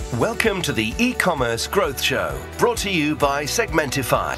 Welcome to the E-Commerce Growth Show, brought to you by Segmentify.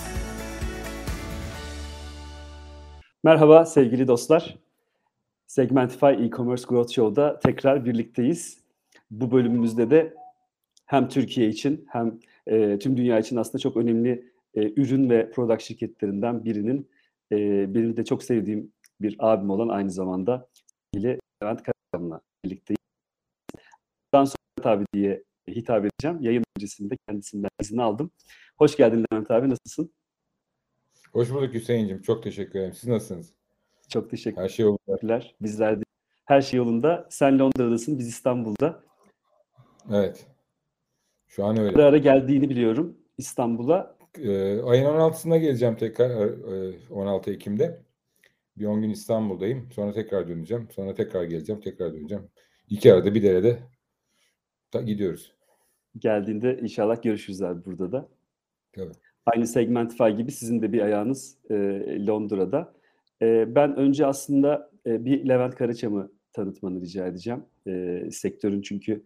Merhaba sevgili dostlar. Segmentify E-Commerce Growth Show'da tekrar birlikteyiz. Bu bölümümüzde de hem Türkiye için hem tüm dünya için aslında çok önemli ürün ve product şirketlerinden birinin benim de çok sevdiğim bir abim olan aynı zamanda sevgili Levent Karaçam'la birlikteyiz. Daha sonra Levent abi diye hitap edeceğim. Yayın öncesinde kendisinden izin aldım. Hoş geldin Levent abi, nasılsın? Hoş bulduk Hüseyin'cim. Çok teşekkür ederim. Siz nasılsınız? Çok Her şey yolunda. teşekkürler. Bizler de her şey yolunda. Sen Londra'dasın, biz İstanbul'da. Evet. Şu an öyle. Ara ara geldiğini biliyorum İstanbul'a. Ayın 16'sında geleceğim tekrar. 16 Ekim'de. Bir 10 gün İstanbul'dayım. Sonra tekrar döneceğim. Sonra tekrar geleceğim. Tekrar döneceğim. İki arada bir derede gidiyoruz. Geldiğinde inşallah görüşürüz abi burada da. Tabii. Aynı Segmentify gibi sizin de bir ayağınız Londra'da. Ben önce aslında bir Levent Karaçam'ı tanıtmanı rica edeceğim. Sektörün çünkü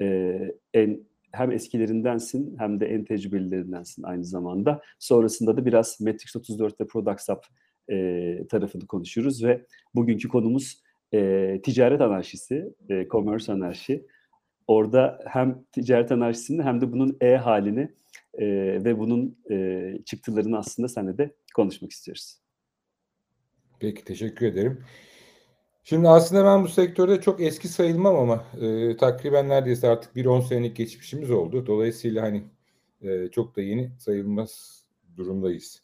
hem eskilerindensin hem de en tecrübelilerindensin aynı zamanda. Sonrasında da biraz Matrix 34'te Products Hub tarafını konuşuruz ve bugünkü konumuz ticaret anarşisi, commerce anarşi. Orada hem ticaret anarşisini hem de bunun halini ve bunun çıktılarını aslında seninle de konuşmak istiyoruz. Peki, teşekkür ederim. Şimdi aslında ben bu sektörde çok eski sayılmam ama takriben neredeyse artık bir 10 senelik geçmişimiz oldu. Dolayısıyla hani çok da yeni sayılmaz durumdayız.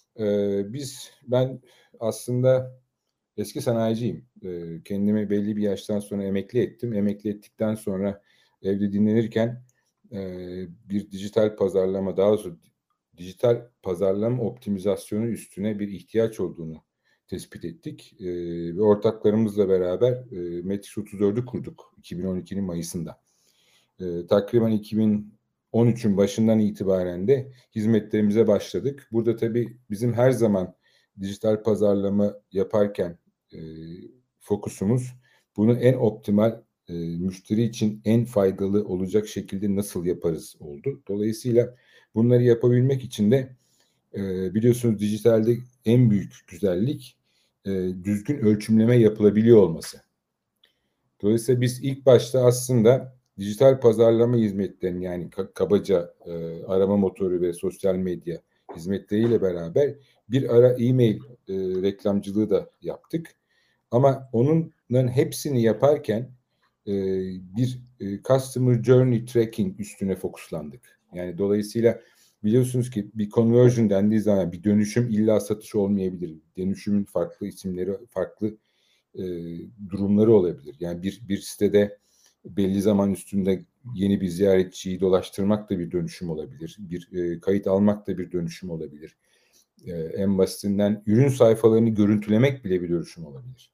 Ben aslında eski sanayiciyim. Kendimi belli bir yaştan sonra emekli ettim. Emekli ettikten sonra evde dinlenirken bir dijital pazarlama, daha doğrusu dijital pazarlama optimizasyonu üstüne bir ihtiyaç olduğunu tespit ettik. Ve ortaklarımızla beraber Matrix 34'ü kurduk 2012'nin Mayıs'ında. Takriben 2013'ün başından itibaren de hizmetlerimize başladık. Burada tabii bizim her zaman dijital pazarlama yaparken fokusumuz bunu en optimal, müşteri için en faydalı olacak şekilde nasıl yaparız oldu. Dolayısıyla bunları yapabilmek için de biliyorsunuz dijitalde en büyük güzellik düzgün ölçümleme yapılabiliyor olması. Dolayısıyla biz ilk başta aslında dijital pazarlama hizmetlerini, yani kabaca arama motoru ve sosyal medya hizmetleriyle beraber bir ara e-mail reklamcılığı da yaptık. Ama onların hepsini yaparken bir customer journey tracking üstüne fokuslandık. Yani dolayısıyla biliyorsunuz ki bir conversion dendiği zaman bir dönüşüm illa satış olmayabilir. Dönüşümün farklı isimleri, farklı durumları olabilir. Yani bir sitede belli zaman üstünde yeni bir ziyaretçiyi dolaştırmak da bir dönüşüm olabilir. Bir kayıt almak da bir dönüşüm olabilir. En basitinden ürün sayfalarını görüntülemek bile bir dönüşüm olabilir.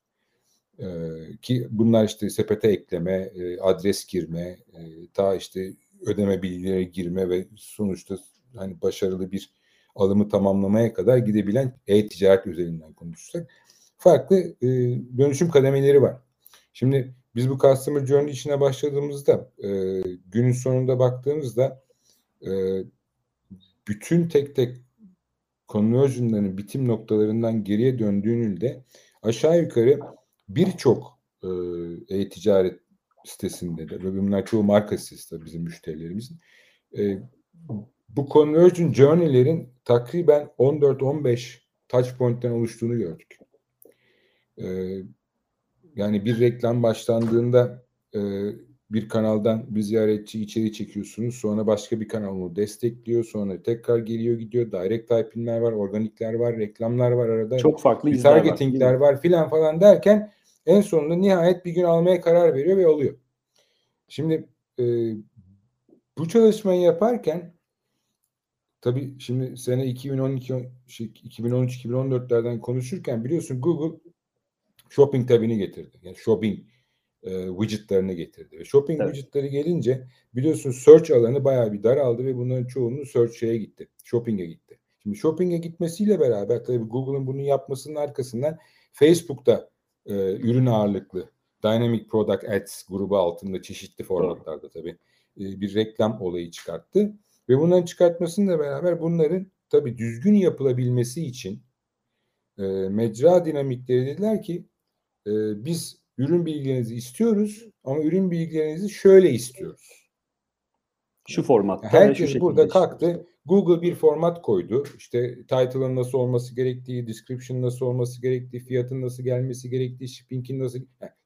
Ki bunlar işte sepete ekleme, adres girme, ta işte ödeme bilgileri girme ve sonuçta hani başarılı bir alımı tamamlamaya kadar gidebilen e-ticaret üzerinden konuşursak farklı dönüşüm kademeleri var. Şimdi biz bu Customer Journey işine başladığımızda günün sonunda baktığımızda bütün tek tek conversion'ların bitim noktalarından geriye döndüğünde aşağı yukarı birçok e-ticaret sitesinde de ve bunlar çoğu marka sitesi de bizim müşterilerimizin bu conversion journey'lerin takriben 14-15 touch point'ten oluştuğunu gördük. Yani bir reklam başlandığında bir kanaldan bir ziyaretçi içeri çekiyorsunuz. Sonra başka bir kanal onu destekliyor. Sonra tekrar geliyor gidiyor. Direct typing'ler var, organikler var, reklamlar var arada. Çok farklı izler targeting'ler var filan falan derken en sonunda nihayet bir gün almaya karar veriyor ve alıyor. Şimdi bu çalışmayı yaparken tabii şimdi sene 2013-2014'lerden konuşurken biliyorsun Google shopping tabini getirdi. Yani shopping widgetlerini getirdi. Ve shopping widgetleri gelince biliyorsun search alanı bayağı bir daraldı ve bunların çoğunun search'e gitti. Shopping'e gitti. Şimdi shopping'e gitmesiyle beraber tabii Google'ın bunu yapmasının arkasından Facebook'ta ürün ağırlıklı Dynamic Product Ads grubu altında çeşitli formatlarda tabii bir reklam olayı çıkarttı. Ve bunların çıkartmasıyla beraber bunların tabii düzgün yapılabilmesi için mecra dinamikleri dediler ki biz ürün bilgilerinizi istiyoruz ama ürün bilgilerinizi şöyle istiyoruz. Şu formatta ve şu Herkes şekilde burada istiyoruz. kalktı. Google bir format koydu. İşte title'ın nasıl olması gerektiği, description nasıl olması gerektiği, fiyatın nasıl gelmesi gerektiği, shipping'in nasıl,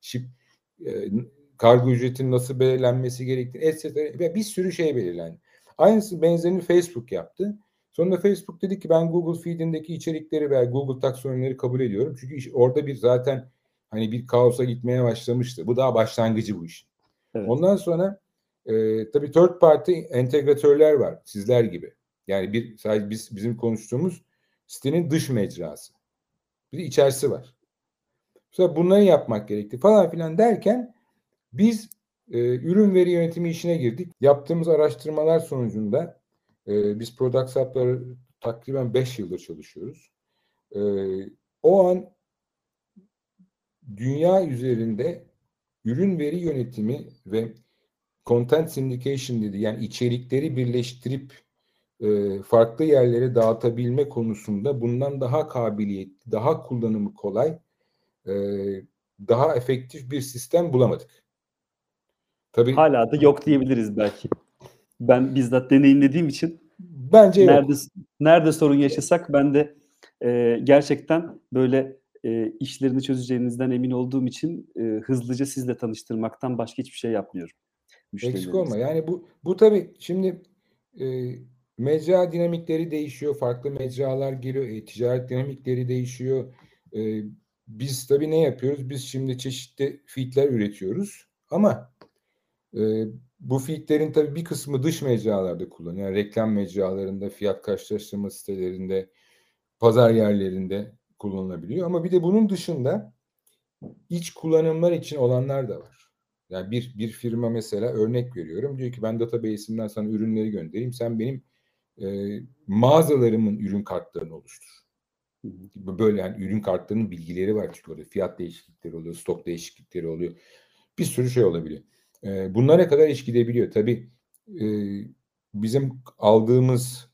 kargo ücretinin nasıl belirlenmesi gerektiği, etc. Bir sürü şey belirlendi. Aynısı benzerini Facebook yaptı. Sonra Facebook dedi ki ben Google Feed'indeki içerikleri veya Google taksonomileri kabul ediyorum. Çünkü orada bir zaten hani bir kaosa gitmeye başlamıştı. Bu daha başlangıcı bu iş. Evet. Ondan sonra tabii third party entegratörler var sizler gibi. Yani sadece bizim konuştuğumuz sitenin dış mecrası. Bir de içerisi var. Mesela bunları yapmak gerekti falan filan derken biz ürün veri yönetimi işine girdik. Yaptığımız araştırmalar sonucunda biz Product Hub'la takriben 5 yıldır çalışıyoruz. O an dünya üzerinde ürün veri yönetimi ve content syndication dedi. Yani içerikleri birleştirip farklı yerlere dağıtabilme konusunda bundan daha kabiliyetli, daha kullanımı kolay, daha efektif bir sistem bulamadık. Tabii Hala da yok diyebiliriz belki. Ben bizzat deneyimlediğim için bence yok. Nerede sorun yaşasak ben de gerçekten böyle işlerini çözeceğinizden emin olduğum için hızlıca sizle tanıştırmaktan başka hiçbir şey yapmıyorum. Eksik olma. Yani bu tabii şimdi mecra dinamikleri değişiyor. Farklı mecralar geliyor. Ticaret dinamikleri değişiyor. Biz tabii ne yapıyoruz? Biz şimdi çeşitli feedler üretiyoruz. Ama bu feedlerin tabii bir kısmı dış mecralarda kullanılıyor. Yani reklam mecralarında, fiyat karşılaştırma sitelerinde, pazar yerlerinde kullanılabiliyor. Ama bir de bunun dışında iç kullanımlar için olanlar da var. Yani bir firma mesela örnek veriyorum. Diyor ki ben database'imden sana ürünleri göndereyim. Sen benim mağazalarımın ürün kartlarını oluştur. Böyle yani ürün kartlarının bilgileri var çünkü orada fiyat değişiklikleri oluyor, stok değişiklikleri oluyor. Bir sürü şey olabiliyor. Bunlara kadar iş gidebiliyor. Tabii bizim aldığımız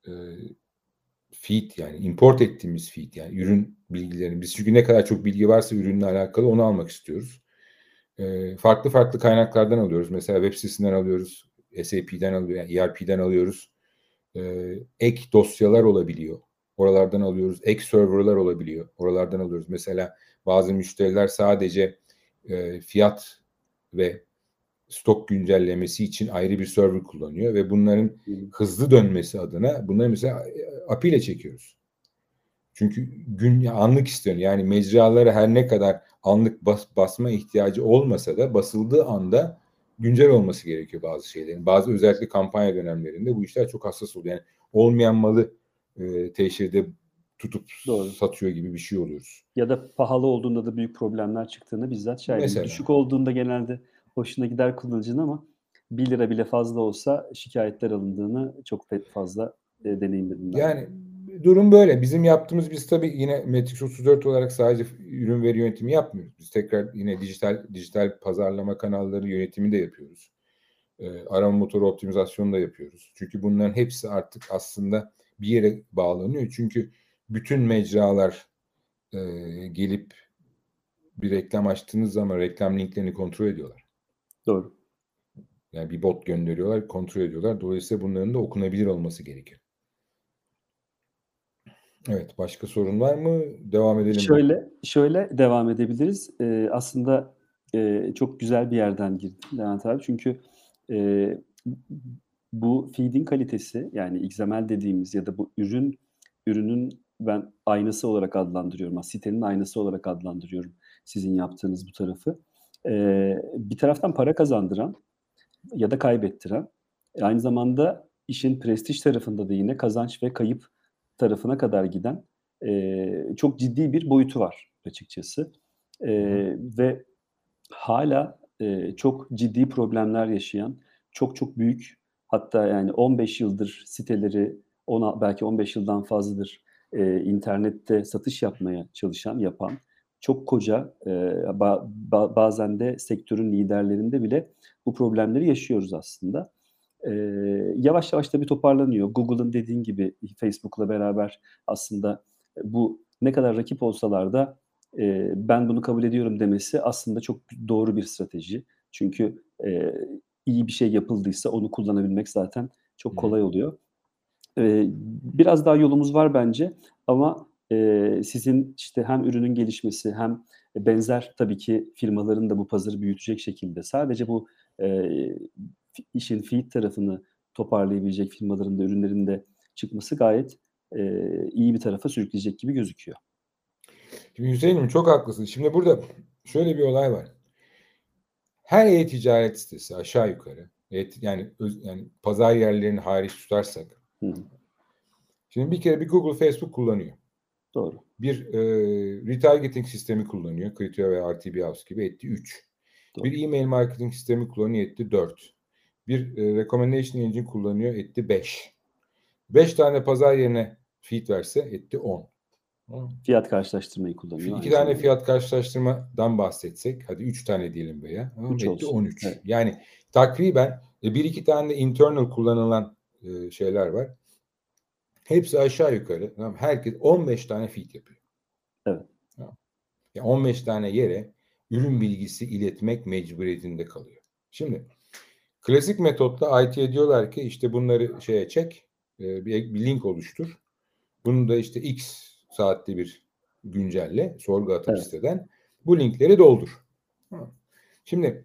feed yani import ettiğimiz feed yani ürün bilgilerini biz çünkü ne kadar çok bilgi varsa ürünle alakalı onu almak istiyoruz. Farklı farklı kaynaklardan alıyoruz. Mesela web sitesinden alıyoruz, SAP'den alıyoruz, yani ERP'den alıyoruz. Ek dosyalar olabiliyor. Oralardan alıyoruz. Ek serverlar olabiliyor. Oralardan alıyoruz. Mesela bazı müşteriler sadece fiyat ve stok güncellemesi için ayrı bir server kullanıyor ve bunların hızlı dönmesi adına bunları mesela API ile çekiyoruz. Çünkü anlık istiyor. Yani mecralara her ne kadar anlık basma ihtiyacı olmasa da basıldığı anda güncel olması gerekiyor bazı şeylerin. Bazı özellikle kampanya dönemlerinde bu işler çok hassas oluyor. Yani olmayan malı teşhirde tutup satıyor gibi bir şey oluyoruz. Ya da pahalı olduğunda da büyük problemler çıktığını bizzat şahidim. Mesela. Düşük olduğunda genelde hoşuna gider kullanıcının ama 1 lira bile fazla olsa şikayetler alındığını çok fazla deneyimledim ben. Yani durum böyle. Bizim yaptığımız biz tabii yine Matrix 34 olarak sadece ürün veri yönetimi yapmıyoruz. Biz tekrar yine dijital pazarlama kanalları yönetimi de yapıyoruz. Arama motoru optimizasyonu da yapıyoruz. Çünkü bunların hepsi artık aslında bir yere bağlanıyor. Çünkü bütün mecralar gelip bir reklam açtığınız zaman reklam linklerini kontrol ediyorlar. Doğru. Yani bir bot gönderiyorlar, kontrol ediyorlar. Dolayısıyla bunların da okunabilir olması gerekiyor. Evet, başka sorun var mı? Devam edelim. Şöyle devam edebiliriz. Aslında çok güzel bir yerden girdin Levent abi. Çünkü bu feed'in kalitesi yani XML dediğimiz ya da bu ürünün ben aynası olarak adlandırıyorum. Sitenin aynası olarak adlandırıyorum sizin yaptığınız bu tarafı. Bir taraftan para kazandıran ya da kaybettiren, aynı zamanda işin prestij tarafında da yine kazanç ve kayıp tarafına kadar giden çok ciddi bir boyutu var açıkçası. Ve hala çok ciddi problemler yaşayan, çok büyük hatta yani 15 yıldır siteleri, belki 15 yıldan fazladır internette satış yapan çok koca, bazen de sektörün liderlerinde bile bu problemleri yaşıyoruz aslında. Yavaş yavaş tabii toparlanıyor. Google'ın dediğin gibi Facebook'la beraber aslında bu ne kadar rakip olsalar da ben bunu kabul ediyorum demesi aslında çok doğru bir strateji. Çünkü iyi bir şey yapıldıysa onu kullanabilmek zaten çok kolay oluyor. Biraz daha yolumuz var bence ama sizin işte hem ürünün gelişmesi hem benzer tabii ki firmaların da bu pazarı büyütecek şekilde sadece bu işin feed tarafını toparlayabilecek firmaların da ürünlerin de çıkması gayet iyi bir tarafa sürükleyecek gibi gözüküyor. Şimdi Hüseyin'im çok haklısın. Şimdi burada şöyle bir olay var. Her e-ticaret sitesi aşağı yukarı yani pazar yerlerini hariç tutarsak şimdi bir kere bir Google, Facebook kullanıyor. Doğru. Bir retargeting sistemi kullanıyor. Criteo ve RTB House gibi etti 3. Bir e-mail marketing sistemi kullanıyor etti 4. Bir recommendation engine kullanıyor etti 5. 5 tane pazar yerine feed verse etti 10. Fiyat karşılaştırmayı kullanıyor. 2 tane fiyat karşılaştırmadan bahsetsek, hadi 3 tane diyelim veya etti 13. Evet. Yani takriben 1-2 tane de internal kullanılan şeyler var. Hepsi aşağı yukarı. Herkes 15 tane feed yapıyor. Evet. Yani 15 tane yere ürün bilgisi iletmek mecburiyetinde kalıyor. Şimdi klasik metotla IT'ye diyorlar ki işte bunları çek, bir link oluştur. Bunu da işte X saatte bir güncelle, sorgu atıp siteden bu linkleri doldur. Şimdi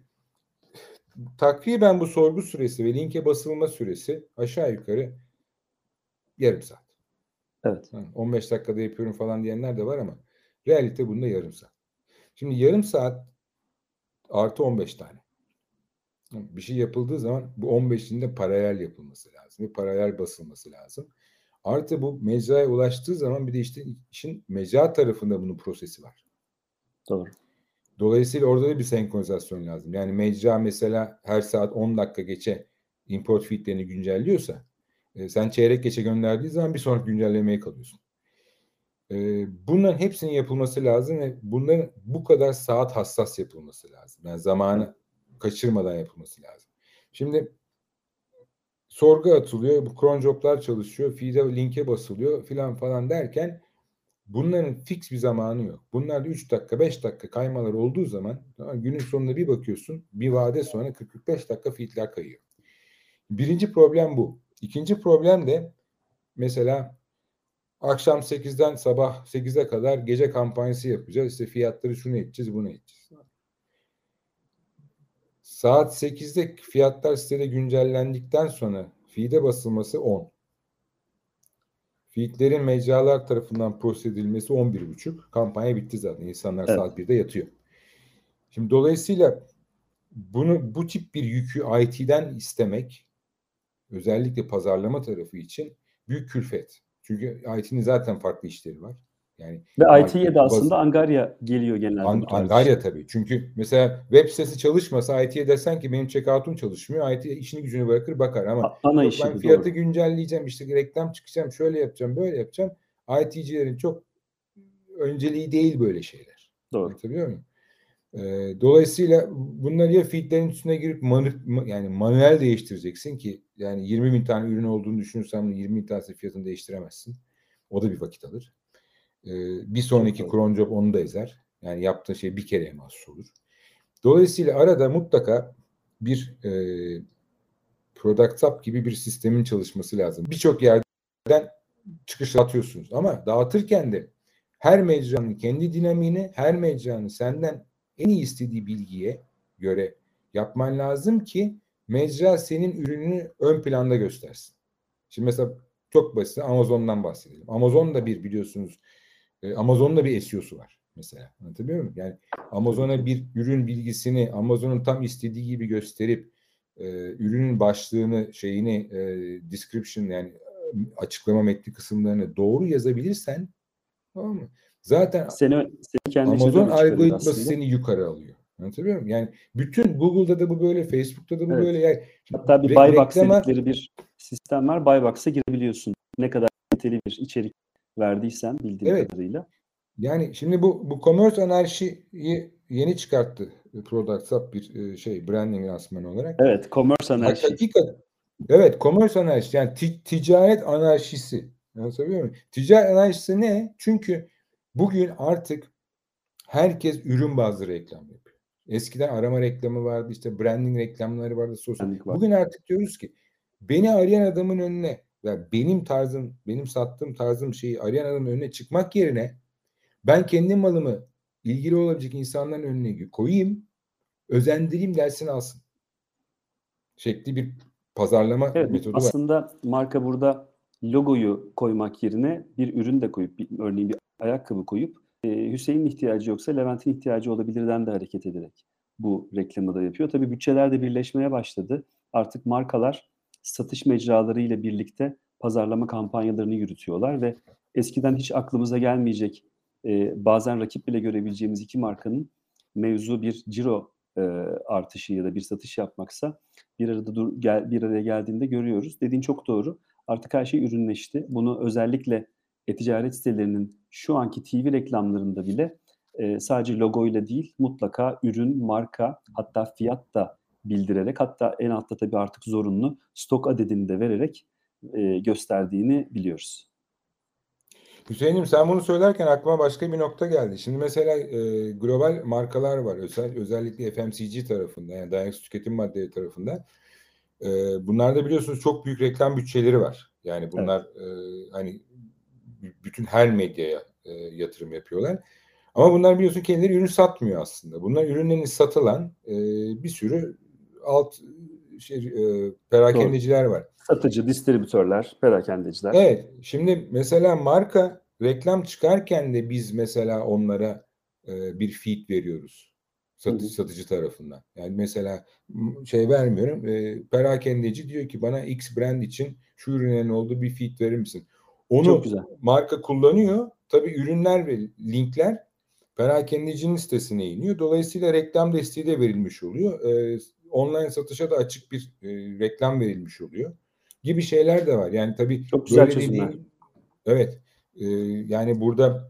takriben bu sorgu süresi ve linke basılma süresi aşağı yukarı yarım saat. Evet. 15 dakikada yapıyorum falan diyenler de var ama realite bunda yarım saat. Şimdi yarım saat artı 15 tane. Bir şey yapıldığı zaman bu 15'in de paralel yapılması lazım. Bir paralel basılması lazım. Artı bu mecraya ulaştığı zaman bir de işte işin mecra tarafında bunun prosesi var. Doğru. Dolayısıyla orada da bir senkronizasyon lazım. Yani mecra mesela her saat 10 dakika geçe import feedlerini güncelliyorsa sen çeyrek geçe gönderdiği zaman bir sonraki güncellemeye kalıyorsun. Bunların hepsinin yapılması lazım ve bunların bu kadar saat hassas yapılması lazım. Yani zamanı kaçırmadan yapılması lazım. Şimdi sorgu atılıyor, bu cron job'lar çalışıyor, feed'e linke basılıyor filan falan derken bunların fix bir zamanı yok. Bunlar da 3 dakika, 5 dakika kaymalar olduğu zaman günün sonunda bir bakıyorsun, bir vade sonra 40-45 dakika feed'ler kayıyor. Birinci problem bu. İkinci problem de mesela akşam 8'den sabah 8'e kadar gece kampanyası yapacağız. İşte fiyatları şunu edeceğiz, bunu edeceğiz. Saat 8'de fiyatlar sitede güncellendikten sonra feed'e basılması 10. Feed'lerin mecralar tarafından proses edilmesi 11.30. Kampanya bitti zaten. İnsanlar saat 1'de yatıyor. Şimdi dolayısıyla bu tip bir yükü IT'den istemek özellikle pazarlama tarafı için büyük külfet. Çünkü IT'nin zaten farklı işleri var. Yani ve IT'ye de aslında Angarya geliyor genelde. Angarya tabii. Çünkü mesela web sitesi çalışmasa IT'ye desen ki benim checkout'um çalışmıyor. IT işini gücünü bırakır bakar ama yok, ben fiyatı güncelleyeceğim, işte reklam çıkacağım, şöyle yapacağım, böyle yapacağım. IT'cilerin çok önceliği değil böyle şeyler. Doğru. Anlatabiliyor muyum? Dolayısıyla bunları ya feedlerin üstüne girip yani manuel değiştireceksin ki yani 20.000 tane ürün olduğunu düşünürsen 20.000 tanesi fiyatını değiştiremezsin. O da bir vakit alır. Bir sonraki cron job onu da ezer. Yani yaptığı şey bir kereye mahsus olur. Dolayısıyla arada mutlaka bir product hub gibi bir sistemin çalışması lazım. Birçok yerden çıkış atıyorsunuz ama dağıtırken de her mecranın kendi dinamiğini, her mecranın senden en iyi istediği bilgiye göre yapman lazım ki mecra senin ürününü ön planda göstersin. Şimdi mesela çok basit Amazon'dan bahsedelim. Amazon'da biliyorsunuz Amazon'da bir SEO'su var mesela. Anlatabiliyor muyum? Yani Amazon'a bir ürün bilgisini Amazon'un tam istediği gibi gösterip ürünün başlığını description yani açıklama metni kısımlarını doğru yazabilirsen tamam mı? Zaten seni Amazon algoritması seni yukarı alıyor. Anlatabiliyor muyum? Yani bütün Google'da da bu böyle, Facebook'ta da bu böyle. Yani hatta bir buy box dedikleri bir sistem var. Buy box'a girebiliyorsun. Ne kadar niteli bir içerik verdiysen bildiğim kadarıyla. Yani şimdi bu commerce anarşiyi yeni çıkarttı Product Hub bir branding lansmanı olarak. Evet, commerce anarşi. Hakikat, evet, commerce anarşisi yani ticaret anarşisi. Anlatabiliyor muyum? Ticaret anarşisi ne? Çünkü bugün artık herkes ürün bazlı reklam yapıyor. Eskiden arama reklamı vardı, işte branding reklamları vardı, sosyal. Branding var. Bugün artık diyoruz ki beni arayan adamın önüne, ya benim tarzım, benim sattığım tarzım şeyi arayan adamın önüne çıkmak yerine ben kendi malımı ilgili olabilecek insanların önüne koyayım, özendireyim, gelsin alsın şekli bir pazarlama Evet, metodu var. aslında marka burada logoyu koymak yerine bir ürün de koyup, örneğin bir ayakkabı koyup Hüseyin'in ihtiyacı yoksa Levent'in ihtiyacı olabilirden de hareket ederek bu reklamı da yapıyor. Tabii bütçeler de birleşmeye başladı. Artık markalar satış mecraları ile birlikte pazarlama kampanyalarını yürütüyorlar ve eskiden hiç aklımıza gelmeyecek, bazen rakip bile görebileceğimiz iki markanın mevzu bir ciro artışı ya da bir satış yapmaksa bir araya geldiğinde görüyoruz. Dediğin çok doğru. Artık her şey ürünleşti. Bunu özellikle e-ticaret sitelerinin şu anki TV reklamlarında bile sadece logoyla değil, mutlaka ürün, marka, hatta fiyat da bildirerek, hatta en altta tabii artık zorunlu stok adedini de vererek gösterdiğini biliyoruz. Hüseyin'im, sen bunu söylerken aklıma başka bir nokta geldi. Şimdi mesela global markalar var. Özellikle FMCG tarafında, yani dayanıksız tüketim maddeleri tarafında. Bunlarda biliyorsunuz çok büyük reklam bütçeleri var. Yani bunlar hani bütün her medyaya yatırım yapıyorlar. Ama bunlar biliyorsun kendileri ürün satmıyor aslında. Bunlar ürünlerini satılan bir sürü alt Doğru. perakendeciler var. Satıcı, distribütörler, perakendeciler. Evet. Şimdi mesela marka reklam çıkarken de biz mesela onlara bir feed veriyoruz. Satıcı tarafından. Yani mesela vermiyorum. Perakendeci diyor ki bana X brand için şu ürünlerin olduğu bir feed verir misin? Çok Onu güzel. marka kullanıyor. Tabii ürünler ve linkler perakendecinin sitesine iniyor. Dolayısıyla reklam desteği de verilmiş oluyor. Online satışa da açık bir reklam verilmiş oluyor gibi şeyler de var. Yani tabii Çok güzel böyle çözümler. dediğim, evet, yani burada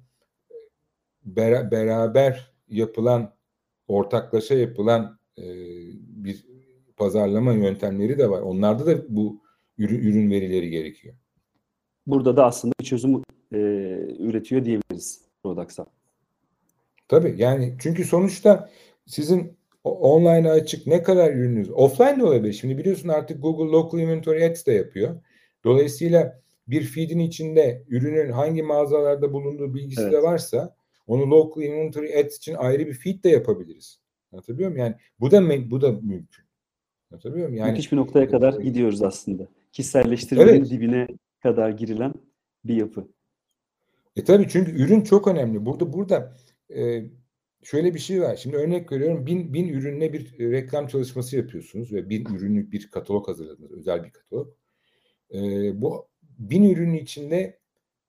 beraber yapılan, ortaklaşa yapılan bir pazarlama yöntemleri de var. Onlarda da bu ürün verileri gerekiyor. Burada da aslında bir çözüm üretiyor diyebiliriz Productsa. Tabii, yani çünkü sonuçta sizin online'a açık ne kadar ürününüz, offline de olabilir. Şimdi biliyorsun artık Google Local Inventory Ads de yapıyor. Dolayısıyla bir feed'in içinde ürünün hangi mağazalarda bulunduğu bilgisi de varsa onu Local Inventory Ads için ayrı bir feed de yapabiliriz. Anlatabiliyor muyum? Yani bu da mümkün. Anlatabiliyor muyum? Yani Müthiş bir noktaya kadar gidiyoruz aslında. Kişiselleştirmenin evet. dibine kadar girilen bir yapı. Tabii, çünkü ürün çok önemli. Burada şöyle bir şey var. Şimdi örnek veriyorum, bin ürünle bir reklam çalışması yapıyorsunuz ve 1000 ürünlük bir katalog hazırladınız. Özel bir katalog. Bu 1000 ürünün içinde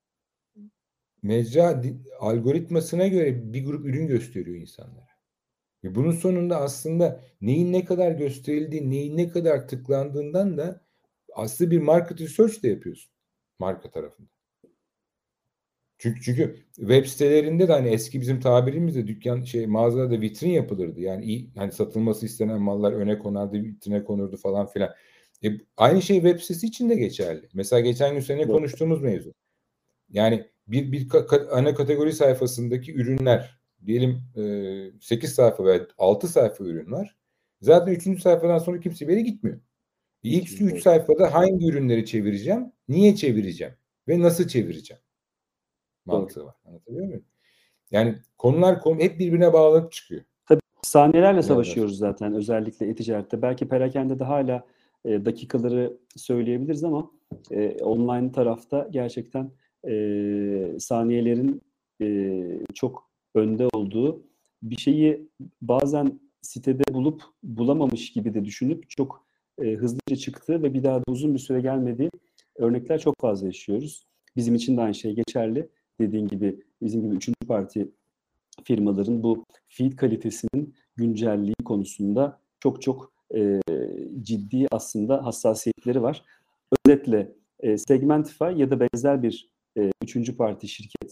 mecra algoritmasına göre bir grup ürün gösteriyor insanlara. Ve bunun sonunda aslında neyin ne kadar gösterildiği, neyin ne kadar tıklandığından da aslında bir market research de yapıyorsun marka tarafında. Çünkü web sitelerinde de hani eski bizim tabirimizde dükkan mağazada vitrin yapılırdı. Yani hani satılması istenen mallar öne konardı, vitrine konurdu falan filan. Aynı şey web sitesi için de geçerli. Mesela geçen gün seninle Doğru. konuştuğumuz mevzu. Yani bir ana kategori sayfasındaki ürünler diyelim 8 sayfa veya 6 sayfa ürün var. Zaten 3. sayfadan sonra kimse bir yere gitmiyor. İlk 3 sayfada hangi ürünleri çevireceğim, niye çevireceğim ve nasıl çevireceğim mantığı var. Anlatabiliyor muyum? Yani konular hep birbirine bağlanıp çıkıyor. Tabii saniyelerle Bir yerden sonra. savaşıyoruz zaten özellikle e-ticarette. Belki perakende de hala dakikaları söyleyebiliriz ama online tarafta gerçekten saniyelerin çok önde olduğu bir şeyi bazen sitede bulup bulamamış gibi de düşünüp çok hızlıca çıktığı ve bir daha da uzun bir süre gelmediği örnekler çok fazla yaşıyoruz. Bizim için de aynı şey geçerli. Dediğin gibi bizim gibi üçüncü parti firmaların bu feed kalitesinin güncelliği konusunda çok ciddi aslında hassasiyetleri var. Özetle Segmentify ya da benzer bir üçüncü parti şirket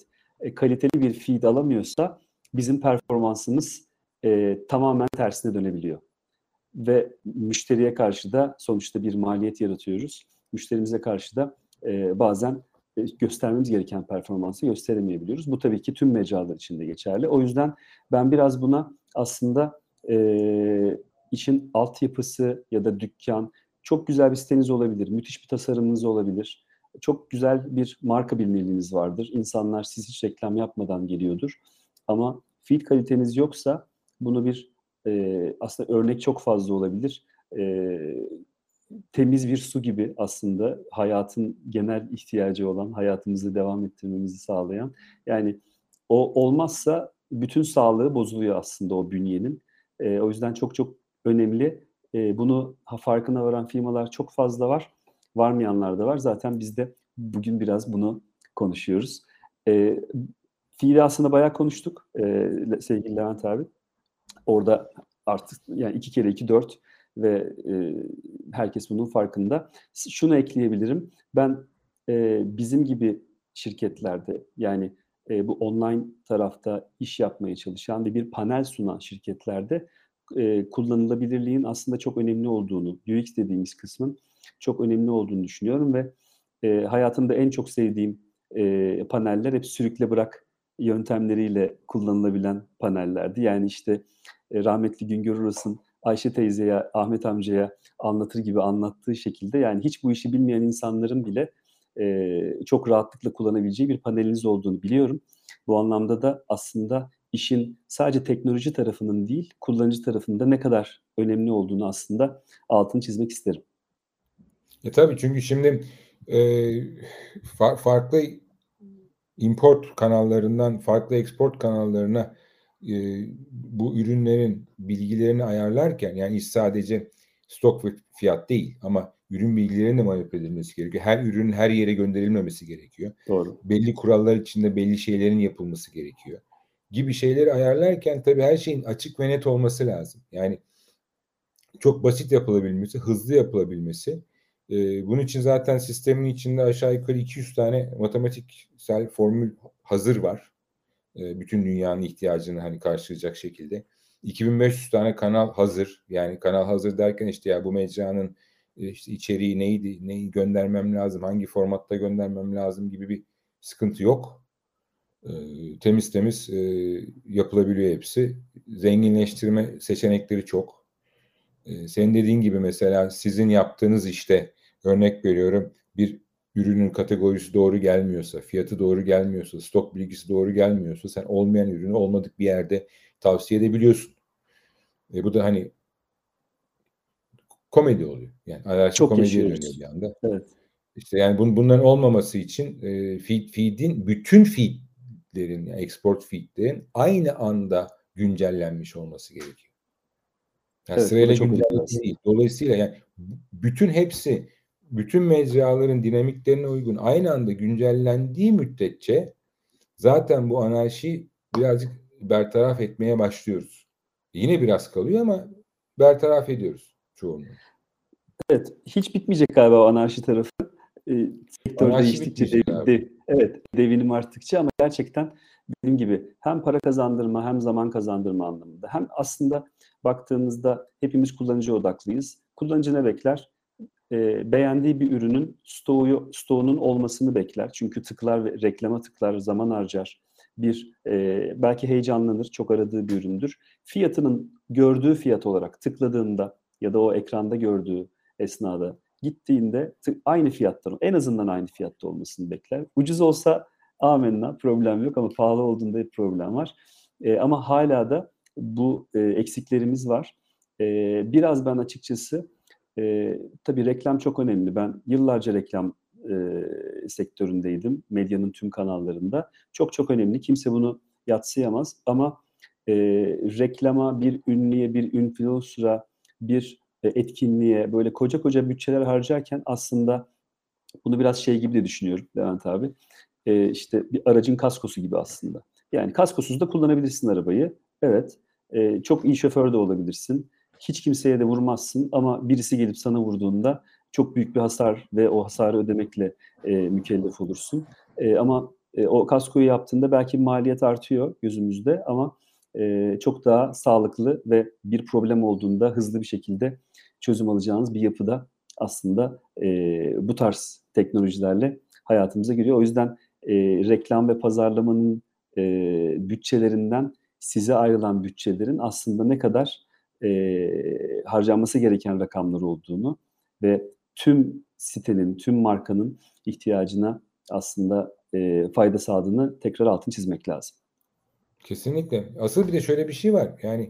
kaliteli bir feed alamıyorsa bizim performansımız tamamen tersine dönebiliyor. Ve müşteriye karşı da sonuçta bir maliyet yaratıyoruz. Müşterimize karşı da bazen göstermemiz gereken performansı gösteremeyebiliyoruz. Bu tabii ki tüm mecralar için de geçerli. O yüzden ben biraz buna aslında işin altyapısı ya da dükkan, çok güzel bir siteniz olabilir, müthiş bir tasarımınız olabilir, çok güzel bir marka bilinirliğiniz vardır. İnsanlar siz hiç reklam yapmadan geliyordur. Ama feed kaliteniz yoksa bunu aslında örnek çok fazla olabilir. Temiz bir su gibi aslında hayatın genel ihtiyacı olan, hayatımızı devam ettirmemizi sağlayan. Yani o olmazsa bütün sağlığı bozuluyor aslında o bünyenin. O yüzden çok çok önemli. Bunu farkına varan firmalar çok fazla var. Varmayanlar da var. Zaten biz de bugün biraz bunu konuşuyoruz. Fiili aslında bayağı konuştuk sevgili Levent abi. Orada artık yani 2 kere 2 4 ve herkes bunun farkında. Şunu ekleyebilirim. Ben bizim gibi şirketlerde yani bu online tarafta iş yapmaya çalışan ve bir panel sunan şirketlerde kullanılabilirliğin aslında çok önemli olduğunu, UX dediğimiz kısmın çok önemli olduğunu düşünüyorum ve hayatımda en çok sevdiğim paneller hep sürükle bırak yöntemleriyle kullanılabilen panellerdi. Yani işte rahmetli Güngör Uras'ın Ayşe teyzeye, Ahmet amcaya anlatır gibi anlattığı şekilde yani hiç bu işi bilmeyen insanların bile çok rahatlıkla kullanabileceği bir paneliniz olduğunu biliyorum. Bu anlamda da aslında işin sadece teknoloji tarafının değil, kullanıcı tarafında ne kadar önemli olduğunu aslında altını çizmek isterim. Tabii çünkü şimdi farklı import kanallarından farklı export kanallarına bu ürünlerin bilgilerini ayarlarken yani iş sadece stok ve fiyat değil ama ürün bilgilerinin de manipüle edilmesi gerekiyor. Her ürünün her yere gönderilmemesi gerekiyor. Doğru. Belli kurallar içinde belli şeylerin yapılması gerekiyor. Gibi şeyleri ayarlarken tabii her şeyin açık ve net olması lazım. Yani çok basit yapılabilmesi, hızlı yapılabilmesi. Bunun için zaten sistemin içinde aşağı yukarı 200 tane matematiksel formül hazır var. Bütün dünyanın ihtiyacını hani karşılayacak şekilde. 2500 tane kanal hazır. Yani kanal hazır derken işte ya bu mecranın işte içeriği neydi, neyi göndermem lazım, hangi formatta göndermem lazım gibi bir sıkıntı yok. Temiz temiz yapılabiliyor hepsi. Zenginleştirme seçenekleri çok. Senin dediğin gibi mesela sizin yaptığınız işte örnek veriyorum bir ürünün kategorisi doğru gelmiyorsa, fiyatı doğru gelmiyorsa, stok bilgisi doğru gelmiyorsa sen olmayan ürünü olmadık bir yerde tavsiye edebiliyorsun. Bu da hani komedi oluyor. Yani anarşi Çok komediye dönüyor yaşıyoruz. bir anda. Evet. İşte yani bunların olmaması için bütün feedlerin, yani export feedlerin aynı anda güncellenmiş olması gerekiyor. Yani Evet, bu da sırayla çok önemli güncelleme aslında. değil. Dolayısıyla yani bütün mecraların dinamiklerine uygun aynı anda güncellendiği müddetçe zaten bu anarşi birazcık bertaraf etmeye başlıyoruz. Yine biraz kalıyor ama bertaraf ediyoruz çoğunluğu. Evet, hiç bitmeyecek galiba o anarşi tarafı. Sektör Anarşi değiştikçe, bitmeyecek abi. evet, devinim arttıkça ama gerçekten dediğim gibi hem para kazandırma hem zaman kazandırma anlamında. Hem aslında baktığımızda hepimiz kullanıcı odaklıyız. Kullanıcı ne bekler? Beğendiği bir ürünün stoğunun olmasını bekler. Çünkü tıklar ve reklama tıklar, zaman harcar. Belki heyecanlanır, çok aradığı bir üründür. Fiyatının gördüğü fiyat olarak tıkladığında ya da o ekranda gördüğü esnada gittiğinde aynı fiyattan, en azından aynı fiyatta olmasını bekler. Ucuz olsa amenna, problem yok ama pahalı olduğunda hep problem var. Ama hala da bu eksiklerimiz var. Biraz ben açıkçası tabii reklam çok önemli. Ben yıllarca reklam sektöründeydim. Medyanın tüm kanallarında. Çok çok önemli. Kimse bunu yadsıyamaz. Ama reklama, bir ünlüye, bir influencer'a, bir etkinliğe böyle koca koca bütçeler harcarken aslında bunu biraz şey gibi de düşünüyorum Levent abi. İşte bir aracın kaskosu gibi aslında. Yani kaskosuz da kullanabilirsin arabayı. Evet. Çok iyi şoför de olabilirsin. Hiç kimseye de vurmazsın ama birisi gelip sana vurduğunda çok büyük bir hasar ve o hasarı ödemekle mükellef olursun. Ama o kaskoyu yaptığında belki maliyet artıyor gözümüzde ama çok daha sağlıklı ve bir problem olduğunda hızlı bir şekilde çözüm alacağınız bir yapıda aslında bu tarz teknolojilerle hayatımıza giriyor. O yüzden reklam ve pazarlamanın bütçelerinden size ayrılan bütçelerin aslında ne kadar harcanması gereken rakamlar olduğunu ve tüm sitenin, tüm markanın ihtiyacına aslında fayda sağladığını tekrar altını çizmek lazım. Kesinlikle. Asıl bir de şöyle bir şey var. Yani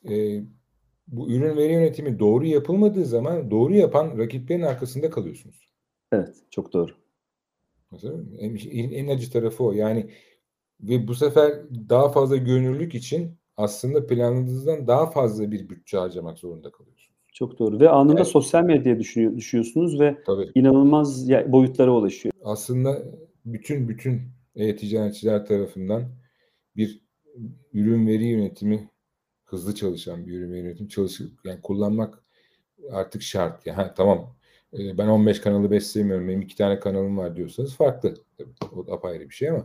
bu ürün veri yönetimi doğru yapılmadığı zaman doğru yapan rakiplerin arkasında kalıyorsunuz. Evet, çok doğru. Mesela en acı tarafı o. Yani ve bu sefer daha fazla görünürlük için aslında planladığınızdan daha fazla bir bütçe harcamak zorunda kalıyorsunuz. Çok doğru ve anında Evet. sosyal medyaya düşüyorsunuz ve Tabii. inanılmaz boyutlara ulaşıyor. Aslında bütün ticaretçiler tarafından bir ürün veri yönetimi, hızlı çalışan bir ürün veri yönetimi yani kullanmak artık şart. Yani tamam, ben 15 kanalı beslemiyorum, benim 2 tane kanalım var diyorsanız farklı. Tabii, o apayrı bir şey ama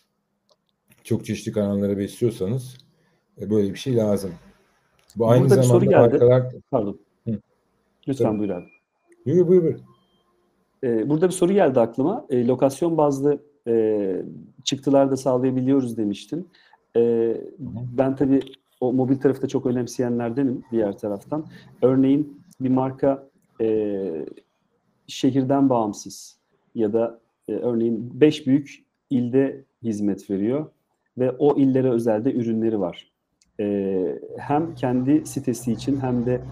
çok çeşitli kanalları besliyorsanız böyle bir şey lazım. Bu aynı Burada bir soru zamanda geldi. markalar... Pardon. Hı, Lütfen tabii. buyur abi. Buyur. Burada bir soru geldi aklıma. Lokasyon bazlı çıktılar da sağlayabiliyoruz demiştin. Ben tabii o mobil tarafı da çok önemseyenlerdenim diğer taraftan. Örneğin bir marka şehirden bağımsız ya da örneğin 5 büyük ilde hizmet veriyor ve o illere özel de ürünleri var. Hem kendi sitesi için hem de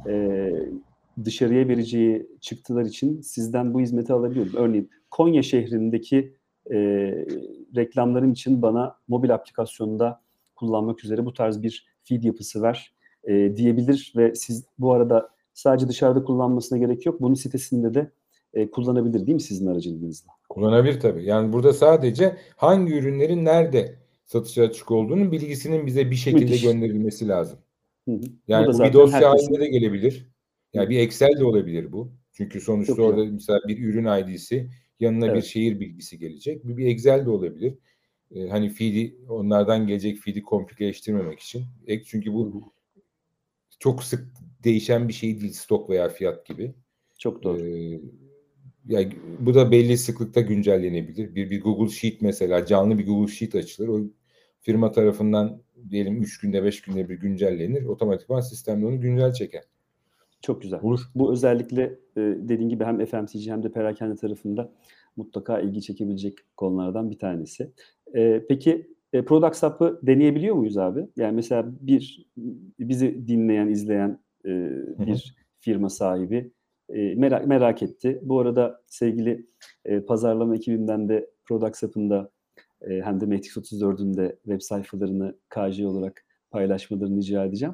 dışarıya vereceği çıktılar için sizden bu hizmeti alabiliyorum. Örneğin Konya şehrindeki reklamlarım için bana mobil aplikasyonda kullanmak üzere bu tarz bir feed yapısı ver diyebilir ve siz bu arada sadece dışarıda kullanmasına gerek yok. Bunun sitesinde de kullanabilir değil mi sizin aracılığınızla? Kullanabilir tabii. Yani burada sadece hangi ürünlerin nerede satışa açık olduğunun bilgisinin bize bir şekilde Müthiş. gönderilmesi lazım. Hı hı. Yani Bu da bu bir zaten dosya halinde herkesin. de gelebilir. Hı Yani hı. bir Excel de olabilir bu. Çünkü sonuçta Çok güzel. orada mesela bir ürün ID'si, yanına bir Evet. şehir bilgisi gelecek. Bir Excel de olabilir. Hani feed'i, onlardan gelecek feed'i komplekeleştirmemek için. Çünkü Hı bu hı. çok sık değişen bir şey değil, stok veya fiyat gibi. Çok Ee, doğru. Yani bu da belli sıklıkta güncellenebilir. Bir Google Sheet mesela, canlı bir Google Sheet açılır. O firma tarafından diyelim 3 günde 5 günde bir güncellenir. Otomatikman sistemde onu güncel çeker. Çok güzel. Olur. Bu özellikle dediğin gibi hem FMCG hem de perakende tarafında mutlaka ilgi çekebilecek konulardan bir tanesi. Peki Product Hub'ı deneyebiliyor muyuz abi? Yani mesela bizi dinleyen, izleyen Hı hı. bir firma sahibi merak etti. Bu arada sevgili pazarlama ekibimden de Product Hub'ın da hem de Matrix 34'ün de web sayfalarını KJ olarak paylaşmalarını rica edeceğim.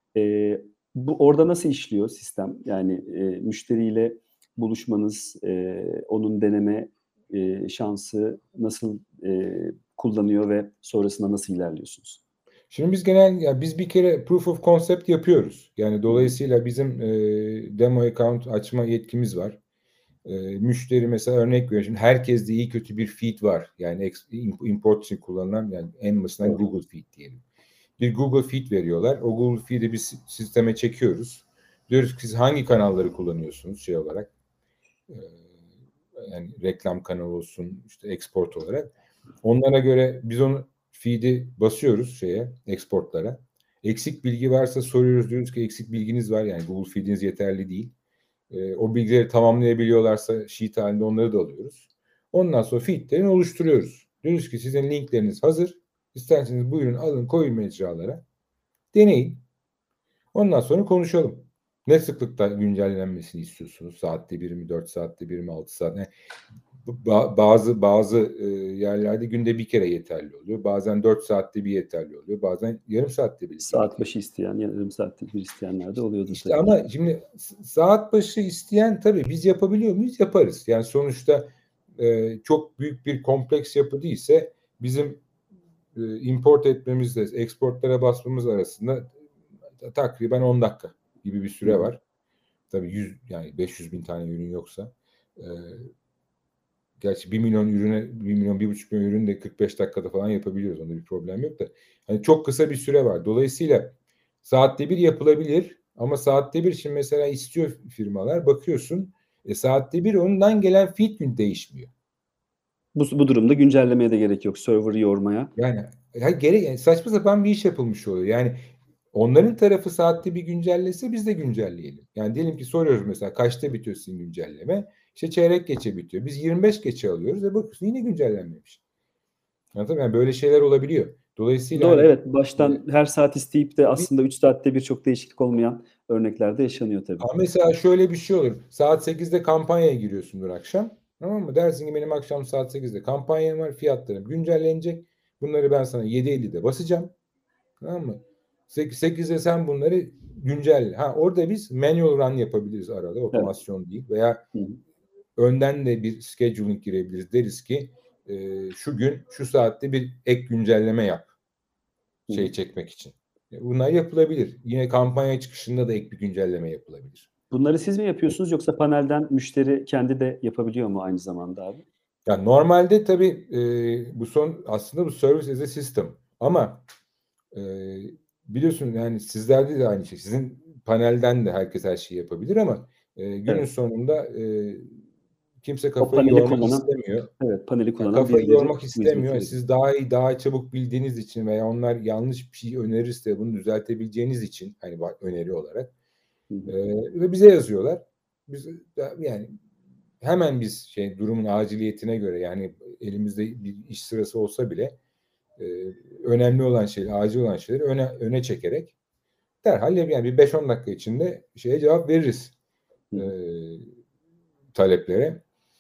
Bu orada nasıl işliyor sistem? Yani müşteriyle buluşmanız, onun deneme şansı nasıl kullanıyor ve sonrasında nasıl ilerliyorsunuz? Şimdi biz bir kere proof of concept yapıyoruz. Yani Hı hı. dolayısıyla bizim demo account açma yetkimiz var. Müşteri mesela örnek veriyorum. Şimdi herkeste iyi kötü bir feed var. Yani import için kullanılan, yani en basitinden Doğru. Google Feed diyelim. Bir Google Feed veriyorlar. O Google Feed'i biz sisteme çekiyoruz. Diyoruz ki siz hangi kanalları kullanıyorsunuz şey olarak. Ee, Yani reklam kanalı olsun, işte export olarak. Onlara göre biz onu feed'i basıyoruz exportlara. Eksik bilgi varsa soruyoruz, diyoruz ki eksik bilginiz var, yani Google Feed'iniz yeterli değil. O bilgileri tamamlayabiliyorlarsa sheet halinde onları da alıyoruz. Ondan sonra feed'lerini oluşturuyoruz. Diyoruz ki sizin linkleriniz hazır. İsterseniz buyurun alın, koyun mecralara. Deneyin. Ondan sonra konuşalım. Ne sıklıkta güncellenmesini istiyorsunuz? Saatte bir mi, 4 saatte bir mi, 6 saat? Yani bazı yerlerde günde bir kere yeterli oluyor. Bazen 4 saatte bir yeterli oluyor. Bazen yarım saatte bir Saat gerekiyor. başı isteyen, yarım saatte bir isteyenler de oluyordur İşte tabii ki. ama şimdi saat başı isteyen, tabii biz yapabiliyor muyuz? Yaparız. Yani sonuçta çok büyük bir kompleks yapı değilse bizim import etmemizle exportlara basmamız arasında takriben 10 dakika gibi bir Hı süre hı. var. Tabii 100, yani 500 bin tane ürün yoksa. Gerçi 1 milyon ürüne 1 milyon 1,5 milyon ürünü de 45 dakikada falan yapabiliyoruz. Onda bir problem yok da. Hani çok kısa bir süre var. Dolayısıyla saatte bir yapılabilir ama saatte bir şimdi mesela istiyor firmalar bakıyorsun saatte bir ondan gelen feed gün değişmiyor. Bu durumda güncellemeye de gerek yok. Server'ı yormaya. Yani yani saçma sapan bir iş yapılmış oluyor. Yani onların tarafı saatte bir güncellese biz de güncelleyelim. Yani diyelim ki soruyoruz mesela kaçta bitiyor sizin güncelleme? İşte çeyrek geçe bitiyor. Biz 25 geçe alıyoruz ve bakıyorsun yine güncellenmemiş. Anladın mı? Yani böyle şeyler olabiliyor. Dolayısıyla Doğru, hani evet. Baştan her saat isteyip de bir, aslında 3 saatte birçok değişiklik olmayan örneklerde yaşanıyor tabii. mesela şöyle bir şey olur. Saat 8'de kampanyaya giriyorsundur akşam. Tamam mı? Dersin ki benim akşam saat 8'de kampanyam var. Fiyatlarım güncellenecek. Bunları ben sana 7.50'de basacağım. Tamam mı? 8'de sen bunları güncelle. Orada biz manual run yapabiliriz arada. Evet. Otomasyon değil. Veya Hı hı. önden de bir scheduling girebiliriz. Deriz ki şu gün şu saatte bir ek güncelleme yap. Hı hı. Çekmek için. Bunlar yapılabilir. Yine kampanya çıkışında da ek bir güncelleme yapılabilir. Bunları siz mi yapıyorsunuz yoksa panelden müşteri kendi de yapabiliyor mu aynı zamanda abi? Yani normalde tabii aslında bu service as a system. Ama e, biliyorsun yani sizlerde de aynı şey. Sizin panelden de herkes her şeyi yapabilir ama günün Evet. sonunda kimse O kafayı paneli yormak kullanan, istemiyor. evet, paneli Yani kullanan kafayı birileri yormak bu hizmeti istemiyor. veriyor. Siz daha çabuk bildiğiniz için veya onlar yanlış bir şey önerirse bunu düzeltebileceğiniz için hani öneri olarak Hı hı. ve bize yazıyorlar. Biz yani hemen biz durumun aciliyetine göre yani elimizde bir iş sırası olsa bile e, önemli olan şeyler, acil olan şeyleri öne çekerek derhal yani bir 5-10 dakika içinde cevap veririz Hı e, hı. taleplere.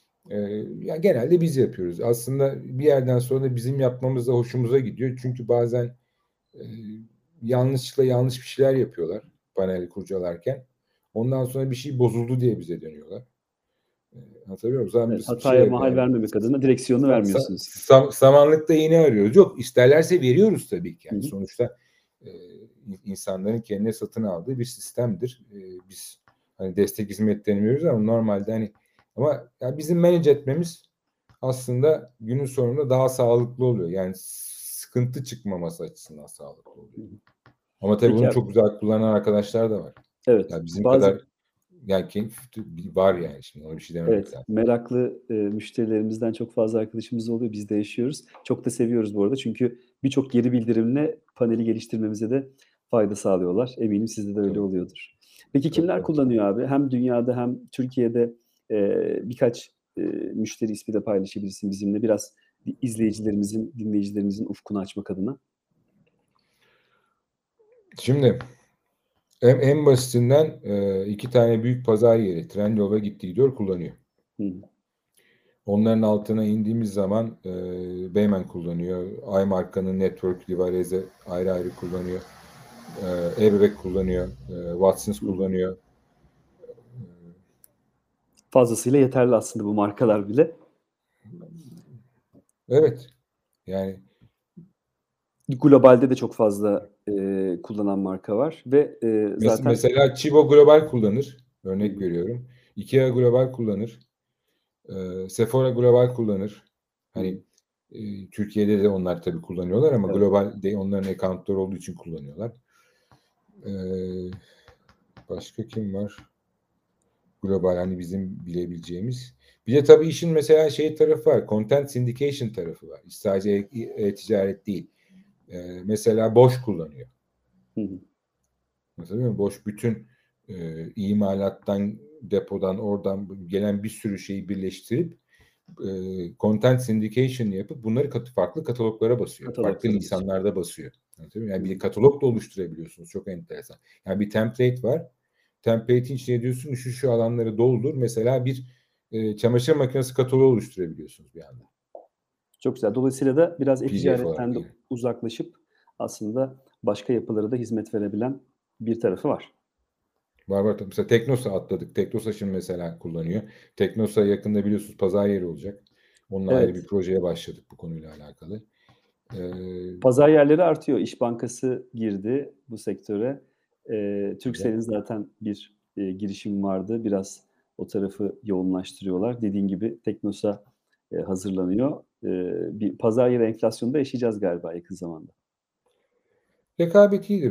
Yani genelde biz yapıyoruz. Aslında bir yerden sonra bizim yapmamız da hoşumuza gidiyor. Çünkü bazen e, yanlışlıkla yanlış bir şeyler yapıyorlar paneli kurcalarken. Ondan sonra bir şey bozuldu diye bize dönüyorlar. Anlatabiliyor muyum? O zaman Evet, biz bir hataya şey mahal yani vermemek adına direksiyonu vermiyorsunuz. samanlıkta iğne arıyoruz. Yok isterlerse veriyoruz tabii ki. Hı Yani hı. sonuçta e, insanların kendine satın aldığı bir sistemdir. Biz hani destek hizmetlerini veriyoruz ama normalde hani ama yani bizim manage etmemiz aslında günün sonunda daha sağlıklı oluyor. Yani sıkıntı çıkmaması açısından sağlıklı Hı oluyor. hı. Ama tabii Peki bunu abi. çok güzel kullanan arkadaşlar da var. Evet. Yani bizim Bazı kadar yani var yani şimdi ona bir şey dememek Evet, lazım. meraklı müşterilerimizden çok fazla arkadaşımız oluyor. Biz de yaşıyoruz. Çok da seviyoruz bu arada. Çünkü birçok geri bildirimle paneli geliştirmemize de fayda sağlıyorlar. Eminim sizde de öyle Tabii, oluyordur. Peki tabii, kimler tabii. kullanıyor abi? Hem dünyada hem Türkiye'de birkaç müşteri ismi de paylaşabilirsin bizimle. Biraz izleyicilerimizin, dinleyicilerimizin ufkunu açmak adına. Şimdi en basitinden 2 tane büyük pazar yeri Trendyol ve Gitti Gidiyor kullanıyor. Hı. Onların altına indiğimiz zaman Beymen kullanıyor. iMarka'nın Network Livareze ayrı ayrı kullanıyor. E-Bebek kullanıyor. Watsons Hı hı. kullanıyor. Fazlasıyla yeterli aslında bu markalar bile. Evet. Yani Globalde de çok fazla kullanan marka var ve zaten mesela Chibo Global kullanır. hı Örnek hı. veriyorum. IKEA Global kullanır. Sephora Global kullanır. Hı hı. Hani Türkiye'de de onlar tabii kullanıyorlar ama Evet. globalde onların accountları olduğu için kullanıyorlar. Ee, Başka kim var? Global hani bizim bilebileceğimiz. Bir de tabii işin mesela tarafı var. Content syndication tarafı var. Sadece ticaret değil. Mesela Bosch kullanıyor. Hı hı. Mesela Bosch bütün imalattan, depodan, oradan gelen bir sürü şeyi birleştirip content syndication yapıp bunları farklı kataloglara basıyor. Farklı Kataloglara basıyor. lisanlarda basıyor. Anlatabiliyor muyum? Hı Yani bir hı. katalog da oluşturabiliyorsunuz. Çok enteresan. Yani bir template var. Template'in içine diyorsun ki şu alanları doldur. Mesela bir çamaşır makinesi kataloğu oluşturabiliyorsunuz bir anda. Çok güzel. Dolayısıyla da biraz PDF olarak e-ticaretten de yani. uzaklaşıp aslında başka yapılara da hizmet verebilen bir tarafı var. Var. Mesela Teknosa atladık. Teknosa şimdi mesela kullanıyor. Teknosa yakında biliyorsunuz pazar yeri olacak. Onunla ayrı bir Evet. projeye başladık bu konuyla alakalı. Ee, Pazar yerleri artıyor. İş Bankası girdi bu sektöre. güzel. Turkcell'in zaten bir girişim vardı. Biraz o tarafı yoğunlaştırıyorlar. Dediğin gibi Teknosa hazırlanıyor. Bir pazar yeri enflasyonu da yaşayacağız galiba yakın zamanda. Rekabet iyidir.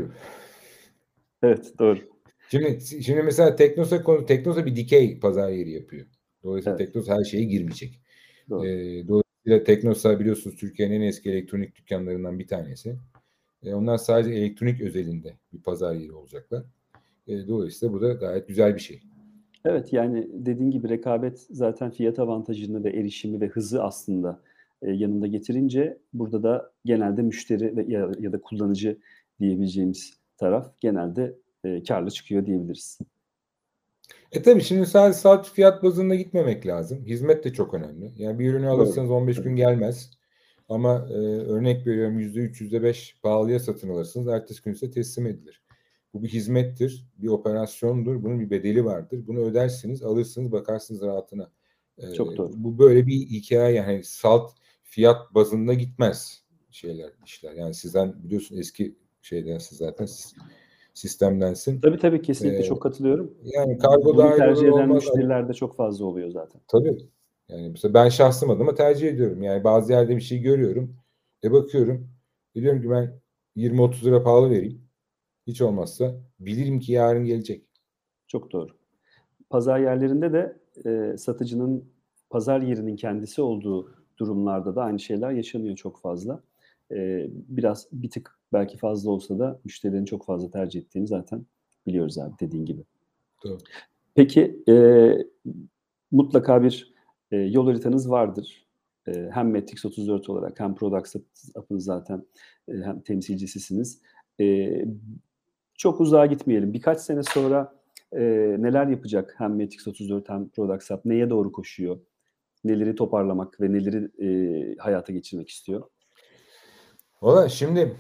Evet, doğru. Şimdi mesela Teknosa bir dikey pazar yeri yapıyor. Dolayısıyla Evet. Teknosa her şeye girmeyecek. Doğru. Dolayısıyla Teknosa biliyorsunuz Türkiye'nin en eski elektronik dükkanlarından bir tanesi. Onlar sadece elektronik özelinde bir pazar yeri olacaklar. Dolayısıyla bu da gayet güzel bir şey. Evet, yani dediğin gibi rekabet zaten fiyat avantajını ve erişimi ve hızı aslında yanında getirince burada da genelde müşteri ve ya da kullanıcı diyebileceğimiz taraf genelde kârlı çıkıyor diyebiliriz. Tabii şimdi sadece fiyat bazında gitmemek lazım. Hizmet de çok önemli. Yani bir ürünü alırsanız Doğru. 15 gün gelmez. Ama örnek veriyorum %3, %5 pahalıya satın alırsınız. Ertesi gün size teslim edilir. Bu bir hizmettir, bir operasyondur. Bunun bir bedeli vardır. Bunu ödersiniz, alırsınız, bakarsınız rahatına. Çok doğru. Bu böyle bir hikaye, yani salt fiyat bazında gitmez işler. Yani sizden biliyorsun eski şeydensiz zaten sistemdensin. Tabii kesinlikle çok katılıyorum. Yani kargo Bunu dahil olur tercih eden olmaz. müşteriler de çok fazla oluyor zaten. Tabii. Yani mesela ben şahsım adıma tercih ediyorum. Yani bazı yerde bir şey görüyorum. Bakıyorum. Diyorum ki ben 20-30 lira pahalı vereyim. Hiç olmazsa bilirim ki yarın gelecek. Çok doğru. Pazar yerlerinde de satıcının pazar yerinin kendisi olduğu durumlarda da aynı şeyler yaşanıyor çok fazla. Biraz bir tık belki fazla olsa da müşterilerin çok fazla tercih ettiğini zaten biliyoruz abi dediğin gibi. Doğru. Peki mutlaka bir yol haritanız vardır. Hem Matrix 34 olarak hem Product Hub'ın zaten hem temsilcisisiniz. Çok uzağa gitmeyelim. Birkaç sene sonra neler yapacak hem Matrix 34 hem Product Hub? Neye doğru koşuyor? Neleri toparlamak ve neleri hayata geçirmek istiyor? Valla şimdi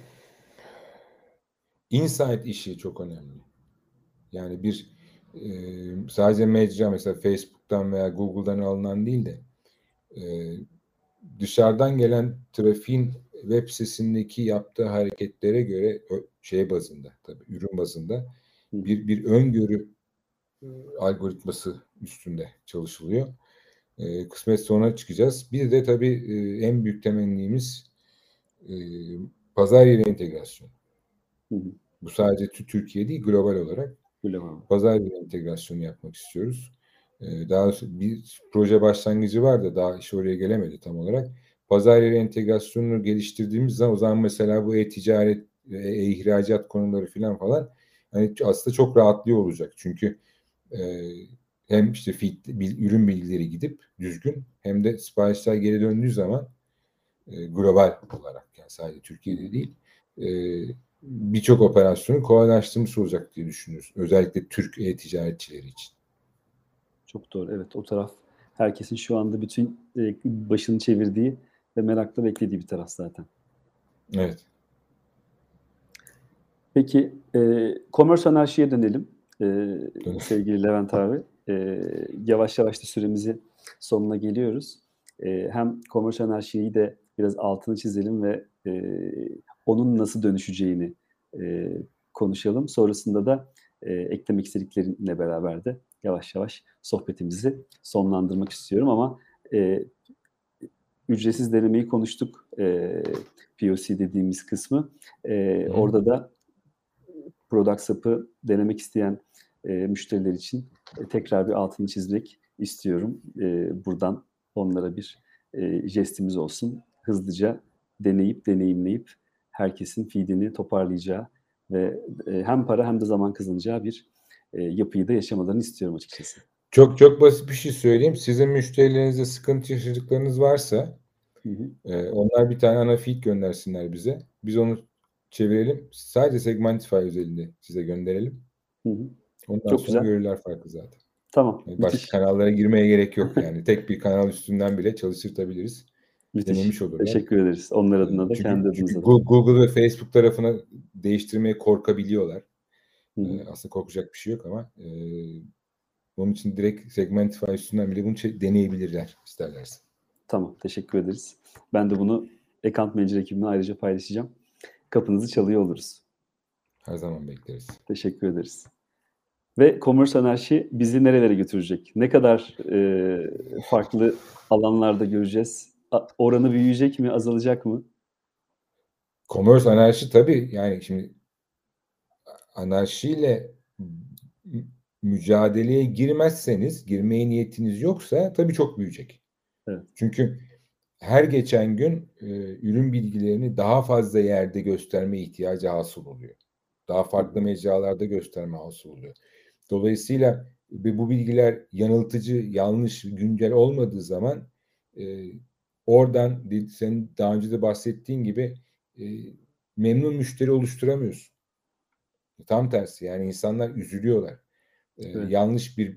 insight işi çok önemli. Yani bir sadece mecra mesela Facebook'tan veya Google'dan alınan değil de dışarıdan gelen trafiğin web sitesindeki yaptığı hareketlere göre bazında tabii ürün bazında bir öngörü algoritması üstünde çalışılıyor. Kısmet sonra çıkacağız. Bir de tabii en büyük temennimiz pazar yeri entegrasyonu. Bu sadece Türkiye değil, global olarak pazar yeri entegrasyonu yapmak istiyoruz. Daha bir proje başlangıcı var da daha iş oraya gelemedi tam olarak. Pazar yeri entegrasyonunu geliştirdiğimiz zaman o zaman mesela bu e-ticaret, ihracat konuları falan hani aslında çok rahatlıyor olacak. Çünkü hem işte ürün bilgileri gidip düzgün hem de siparişler geri döndüğü zaman global olarak yani sadece Türkiye'de değil birçok operasyonu kolaylaştırmış olacak diye düşünüyoruz. Özellikle Türk e-ticaretçileri için. Çok doğru. Evet, o taraf herkesin şu anda bütün başını çevirdiği ve merakla beklediği bir taraf zaten. Evet. Peki, Commerce Anarşi'ye dönelim. Sevgili Levent abi. Yavaş yavaş da süremizi sonuna geliyoruz. Hem Commerce Anarşi'yi de biraz altını çizelim ve onun nasıl dönüşeceğini konuşalım. Sonrasında da eklemek istediklerinle beraber de yavaş yavaş sohbetimizi sonlandırmak istiyorum ama ücretsiz denemeyi konuştuk. POC dediğimiz kısmı. Orada da Product Hub'ı denemek isteyen müşteriler için tekrar bir altını çizmek istiyorum. Buradan onlara bir jestimiz olsun. Hızlıca deneyip deneyimleyip herkesin feedini toparlayacağı ve hem para hem de zaman kazanacağı bir yapıyı da yaşamalarını istiyorum açıkçası. Çok çok basit bir şey söyleyeyim. Sizin müşterilerinizde sıkıntı yaşadıklarınız varsa onlar bir tane ana feed göndersinler bize. Biz onu çevirelim. Sadece Segmentify özelinde size gönderelim. Ondan çok sonra güzel. görürler farkı zaten. Tamam. Yani başka kanallara girmeye gerek yok yani. Tek bir kanal üstünden bile çalıştırtabiliriz. Müthiş. Denemiş olurlar. Teşekkür ederiz. Onlar adına da kendi Çünkü adımıza da. Google ve Facebook tarafına değiştirmeye korkabiliyorlar. Aslında korkacak bir şey yok ama onun için direkt Segmentify üstünden bile bunu deneyebilirler isterlerse. Tamam. Teşekkür ederiz. Ben de bunu Account Manager ekibimle ayrıca paylaşacağım. Kapınızı çalıyor oluruz. Her zaman bekleriz. Teşekkür ederiz. Ve Commerce Anarşi bizi nerelere götürecek? Ne kadar farklı alanlarda göreceğiz? Oranı büyüyecek mi, azalacak mı? Commerce anarşi tabii, yani şimdi anarşiyle mücadeleye girmezseniz, girmeye niyetiniz yoksa tabii çok büyüyecek. Evet. Çünkü her geçen gün ürün bilgilerini daha fazla yerde gösterme ihtiyacı hasıl oluyor. Daha farklı mecralarda gösterme hasıl oluyor. Dolayısıyla bu bilgiler yanıltıcı, yanlış, güncel olmadığı zaman oradan senin daha önce de bahsettiğin gibi memnun müşteri oluşturamıyorsun. Tam tersi, yani insanlar üzülüyorlar. Evet. Yanlış bir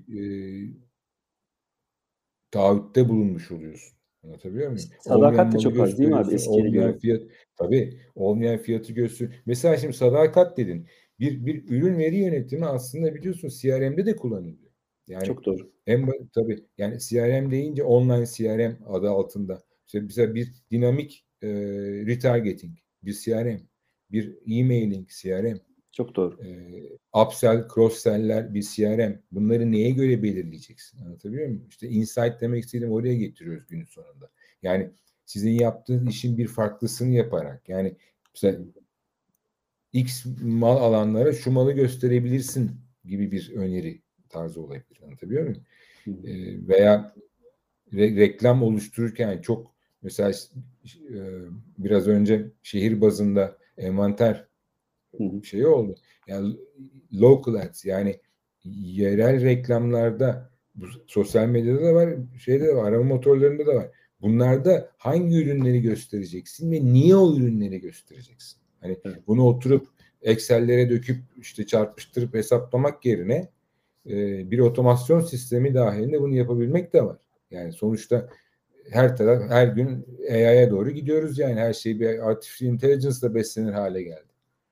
taahhütte bulunmuş oluyorsun. Anlatabiliyor muyum? Olmayan Sadakat de malı çok az değil mi abi gösteriyorsun, eskiye olmayan göre? fiyat, tabii olmayan fiyatı göster. Mesela şimdi sadakat dedin. Bir ürün veri yönetimi aslında biliyorsun CRM'de de kullanılıyor. Yani Çok doğru. tabii, yani CRM deyince online CRM adı altında. İşte mesela bir dinamik retargeting, bir CRM, bir e-mailing CRM, Çok doğru. upsell, cross-sell'ler, bir CRM. Bunları neye göre belirleyeceksin? Anlatabiliyor muyum? İşte insight demek istediğim, oraya getiriyoruz günün sonunda. Yani sizin yaptığınız işin bir farklısını yaparak, yani mesela X mal alanlara şu malı gösterebilirsin gibi bir öneri tarzı olabilir. Anlatabiliyor muyum? Veya reklam oluştururken çok mesela biraz önce şehir bazında envanter şey oldu. Yani local ads, yani yerel reklamlarda, bu sosyal medyada da var, şeyde de var, arama motorlarında da var. Bunlarda hangi ürünleri göstereceksin ve niye o ürünleri göstereceksin? Hani Evet. bunu oturup Excel'lere döküp işte çarpıştırıp hesaplamak yerine bir otomasyon sistemi dahilinde bunu yapabilmek de var. Yani sonuçta her taraf, her gün AI'ya doğru gidiyoruz, yani her şey bir artificial intelligence ile beslenir hale geldi.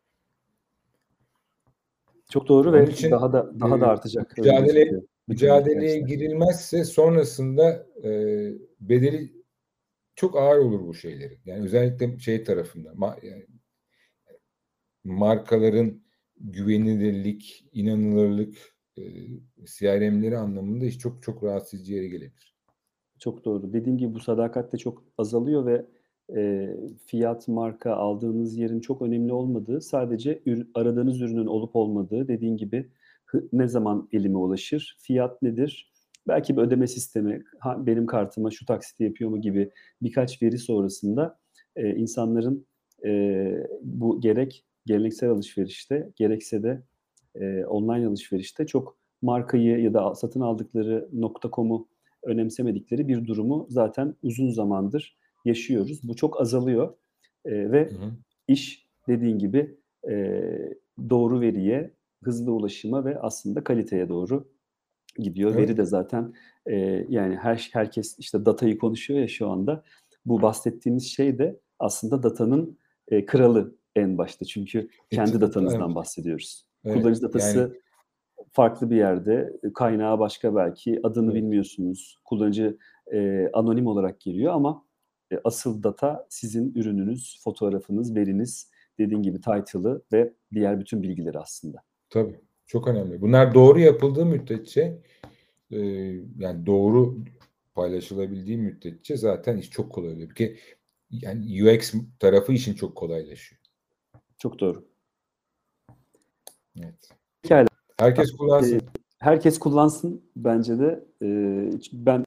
Çok doğru Onun ve için daha da artacak öyle mücadele gözüküyor. Bütün mücadeleye ihtiyaçlar. girilmezse sonrasında bedeli çok ağır olur bu şeylerin. Yani özellikle şey tarafında, yani markaların güvenilirlik, inanılırlık, CRM'leri anlamında iş çok çok rahatsız edici yere gelebilir. Çok doğru. Dediğim gibi bu sadakat de çok azalıyor ve fiyat, marka, aldığınız yerin çok önemli olmadığı, sadece aradığınız ürünün olup olmadığı, dediğin gibi ne zaman elime ulaşır, fiyat nedir, belki bir ödeme sistemi, benim kartıma şu taksiti yapıyor mu gibi birkaç veri sonrasında insanların bu gerek geleneksel alışverişte gerekse de online alışverişte çok markayı ya da satın aldıkları .com'u önemsemedikleri bir durumu zaten uzun zamandır yaşıyoruz. Bu çok azalıyor ve Hı hı. iş dediğin gibi doğru veriye, hızlı ulaşıma ve aslında kaliteye doğru gidiyor. Veri Evet. de zaten yani herkes işte datayı konuşuyor ya şu anda. Bu bahsettiğimiz şey de aslında datanın kralı en başta. Çünkü kendi datanızdan bahsediyoruz. Evet. Kullanıcı Yani datası farklı bir yerde, kaynağı başka belki, adını evet. bilmiyorsunuz, kullanıcı anonim olarak geliyor ama asıl data sizin ürününüz, fotoğrafınız, veriniz, dediğin gibi title'ı ve diğer bütün bilgileri aslında. Tabii. Çok önemli. Bunlar doğru yapıldığı müddetçe, yani doğru paylaşılabildiği müddetçe zaten iş çok kolay oluyor. Yani UX tarafı için çok kolaylaşıyor. Çok doğru. Evet. Pekâlâ. Herkes kullansın. Herkes kullansın bence de. Ben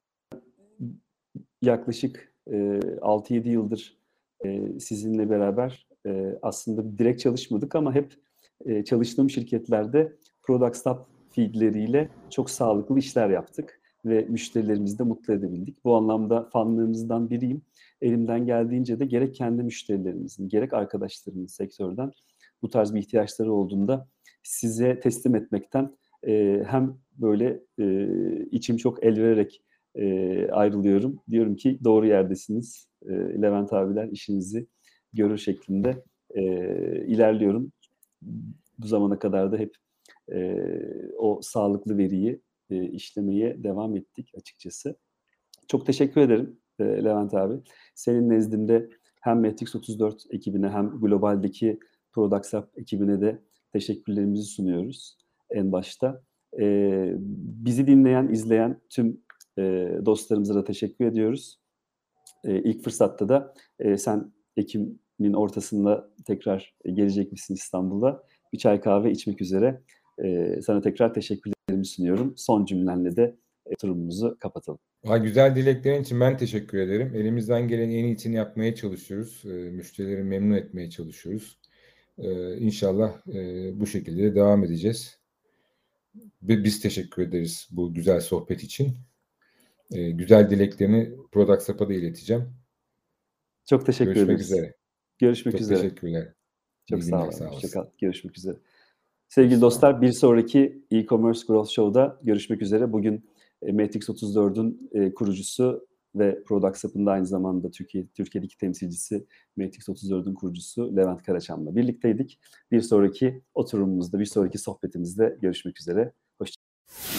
yaklaşık 6-7 yıldır sizinle beraber aslında direkt çalışmadık ama hep çalıştığım şirketlerde Product Stop feedleriyle çok sağlıklı işler yaptık ve müşterilerimizi de mutlu edebildik. Bu anlamda fanlığımızdan biriyim. Elimden geldiğince de gerek kendi müşterilerimizin, gerek arkadaşlarımın sektörden bu tarz bir ihtiyaçları olduğunda size teslim etmekten hem böyle içim çok el vererek ayrılıyorum. Diyorum ki doğru yerdesiniz. Levent abiler işinizi görür şeklinde ilerliyorum. Bu zamana kadar da hep o sağlıklı veriyi işlemeye devam ettik açıkçası. Çok teşekkür ederim Levent abi. Senin nezdinde hem Matrix 34 ekibine hem globaldeki Product Hub ekibine de teşekkürlerimizi sunuyoruz en başta. Bizi dinleyen, izleyen tüm dostlarımıza da teşekkür ediyoruz. İlk fırsatta da sen Ekim'in ortasında tekrar gelecekmişsin İstanbul'a. Bir çay kahve içmek üzere. Sana tekrar teşekkürlerimi sunuyorum. Son cümlenle de oturumumuzu kapatalım. Güzel dileklerin için ben teşekkür ederim. Elimizden gelen en iyisini yapmaya çalışıyoruz. Müşterileri memnun etmeye çalışıyoruz. İnşallah bu şekilde de devam edeceğiz. Biz teşekkür ederiz bu güzel sohbet için. Güzel dileklerini Product Sap'a da ileteceğim. Çok teşekkür ederiz. Görüşmek üzere. Görüşmek üzere. Çok teşekkürler. Çok İyi sağ günler, olun. sağ Hoşça olasın. kal. Görüşmek üzere. Sevgili Sağ dostlar, bir sonraki e-commerce Growth Show'da görüşmek üzere. Bugün Matrix 34'ün kurucusu ve Product Sap'ın da aynı zamanda Türkiye'deki temsilcisi Matrix 34'ün kurucusu Levent Karaçam'la birlikteydik. Bir sonraki oturumumuzda, bir sonraki sohbetimizde görüşmek üzere. Hoşça kalın.